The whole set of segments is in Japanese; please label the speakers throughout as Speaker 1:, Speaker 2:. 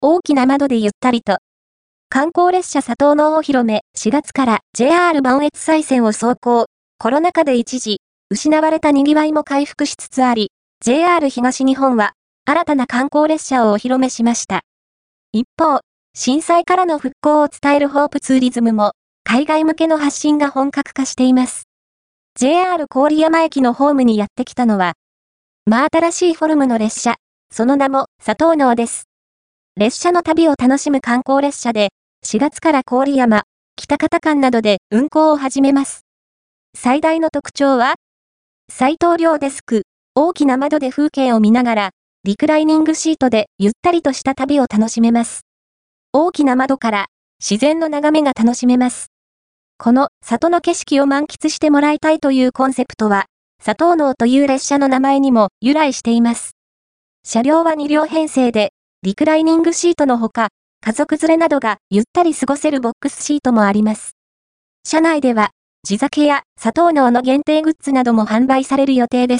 Speaker 1: 大きな窓でゆったりと。観光列車佐藤の大広め、4月から JR 磐越西線を走行。コロナ禍で一時、失われた賑わいも回復しつつあり、JR 東日本は、新たな観光列車をお披露目しました。一方、震災からの復興を伝えるホープツーリズムも、海外向けの発信が本格化しています。JR 郡山駅のホームにやってきたのは、真新しいフォルムの列車、その名も佐藤能です。列車の旅を楽しむ観光列車で、4月から郡山、北方間などで運行を始めます。最大の特徴は、斉藤亮デスク、大きな窓で風景を見ながら、リクライニングシートでゆったりとした旅を楽しめます。大きな窓から自然の眺めが楽しめます。この里の景色を満喫してもらいたいというコンセプトは、佐藤能という列車の名前にも由来しています。車両は2両編成で、リクライニングシートのほか、家族連れなどがゆったり過ごせるボックスシートもあります。車内では、地酒や佐藤能の限定グッズなども販売される予定です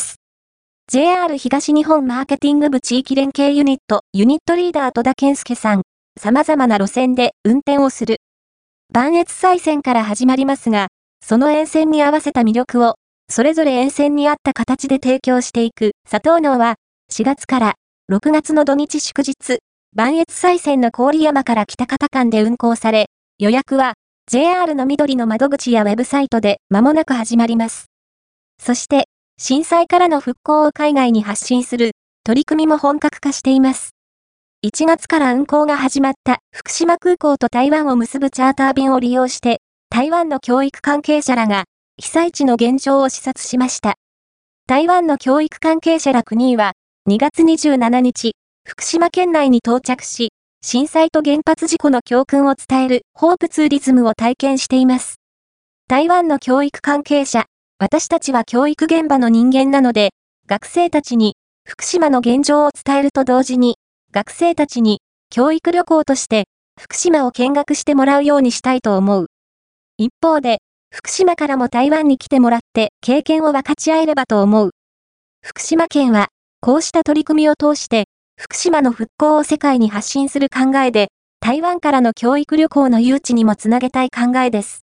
Speaker 1: 。JR 東日本マーケティング部地域連携ユニットリーダー戸田健介さん、様々な路線で運転をする。磐越西線から始まりますが、その沿線に合わせた魅力を、それぞれ沿線に合った形で提供していく佐藤能は、4月から6月の土日祝日、磐越西線の郡山から北方間で運行され、予約は JR の緑の窓口やウェブサイトで間もなく始まります。そして、震災からの復興を海外に発信する取り組みも本格化しています。1月から運航が始まった福島空港と台湾を結ぶチャーター便を利用して、台湾の教育関係者らが被災地の現状を視察しました。台湾の教育関係者ら9人は2月27日、福島県内に到着し、震災と原発事故の教訓を伝えるホープツーリズムを体験しています。台湾の教育関係者、私たちは教育現場の人間なので、学生たちに福島の現状を伝えると同時に、学生たちに教育旅行として福島を見学してもらうようにしたいと思う。一方で、福島からも台湾に来てもらって経験を分かち合えればと思う。福島県はこうした取り組みを通して福島の復興を世界に発信する考えで、台湾からの教育旅行の誘致にもつなげたい考えです。